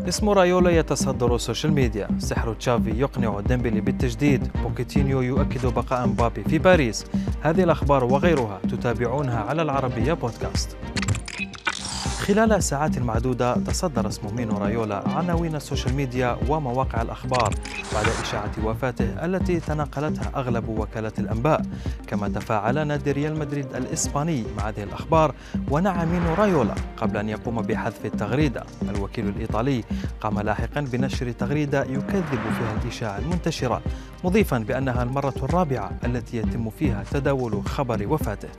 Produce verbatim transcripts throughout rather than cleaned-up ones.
اسم رايولا يتصدر السوشيال ميديا، سحر تشافي يقنع ديمبلي بالتجديد، بوكيتينيو يؤكد بقاء مبابي في باريس. هذه الأخبار وغيرها تتابعونها على العربية بودكاست. خلال ساعات معدودة تصدر اسم مينو رايولا عناوين السوشيال ميديا ومواقع الأخبار بعد إشاعة وفاته التي تناقلتها أغلب وكالات الأنباء. كما تفاعل نادي ريال مدريد الإسباني مع هذه الأخبار ونعى مينو رايولا قبل أن يقوم بحذف التغريدة. الوكيل الإيطالي قام لاحقا بنشر تغريدة يكذب فيها الإشاعة المنتشرة، مضيفا بأنها المرة الرابعة التي يتم فيها تداول خبر وفاته.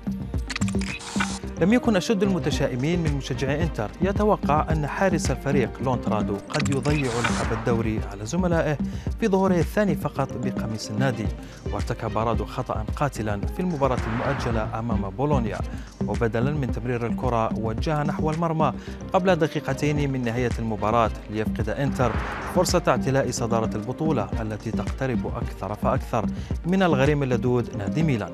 لم يكن أشد المتشائمين من مشجعي إنتر يتوقع أن حارس الفريق لونترادو قد يضيع لقب الدوري على زملائه في ظهوره الثاني فقط بقميص النادي. وارتكب رادو خطأ قاتلا في المباراة المؤجلة أمام بولونيا، وبدلا من تمرير الكرة وجهها نحو المرمى قبل دقيقتين من نهاية المباراة ليفقد إنتر فرصة اعتلاء صدارة البطولة التي تقترب أكثر فأكثر من الغريم اللدود نادي ميلان.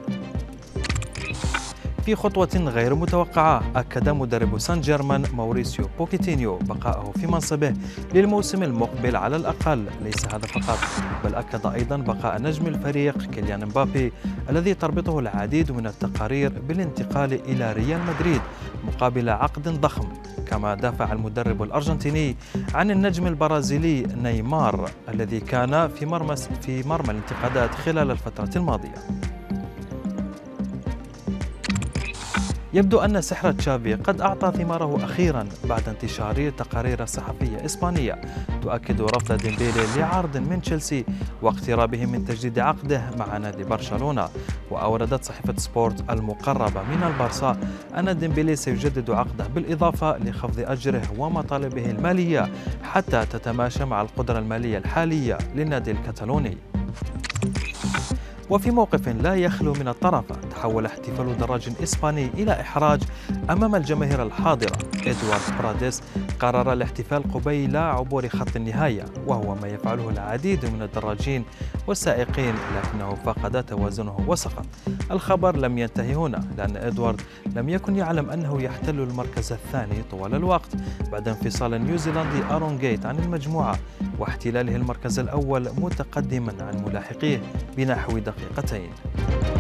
في خطوة غير متوقعة أكد مدرب سان جيرمان موريسيو بوكيتينيو بقائه في منصبه للموسم المقبل على الأقل. ليس هذا فقط، بل أكد أيضا بقاء نجم الفريق كيليان مبابي الذي تربطه العديد من التقارير بالانتقال إلى ريال مدريد مقابل عقد ضخم. كما دافع المدرب الأرجنتيني عن النجم البرازيلي نيمار الذي كان في مرمى في مرمى الانتقادات خلال الفترة الماضية. يبدو أن سحر تشافي قد أعطى ثماره أخيرا بعد انتشار تقارير صحفية إسبانية تؤكد رفض ديمبلي لعرض من تشيلسي واقترابه من تجديد عقده مع نادي برشلونة. وأوردت صحيفة سبورت المقربة من البارسا أن ديمبلي سيجدد عقده بالإضافة لخفض أجره ومطالبه المالية حتى تتماشى مع القدرة المالية الحالية للنادي الكتالوني. وفي موقف لا يخلو من الطرفة تحول احتفال دراج إسباني إلى إحراج أمام الجماهير الحاضرة. إدوارد براديس قرر الاحتفال قبيل عبور خط النهاية، وهو ما يفعله العديد من الدراجين والسائقين، لكنه فقد توازنه وسقط. الخبر لم ينتهي هنا، لأن إدوارد لم يكن يعلم أنه يحتل المركز الثاني طوال الوقت بعد انفصال النيوزيلندي آرون جيت عن المجموعة واحتلاله المركز الأول متقدما عن ملاحقيه بنحو دقيقتين.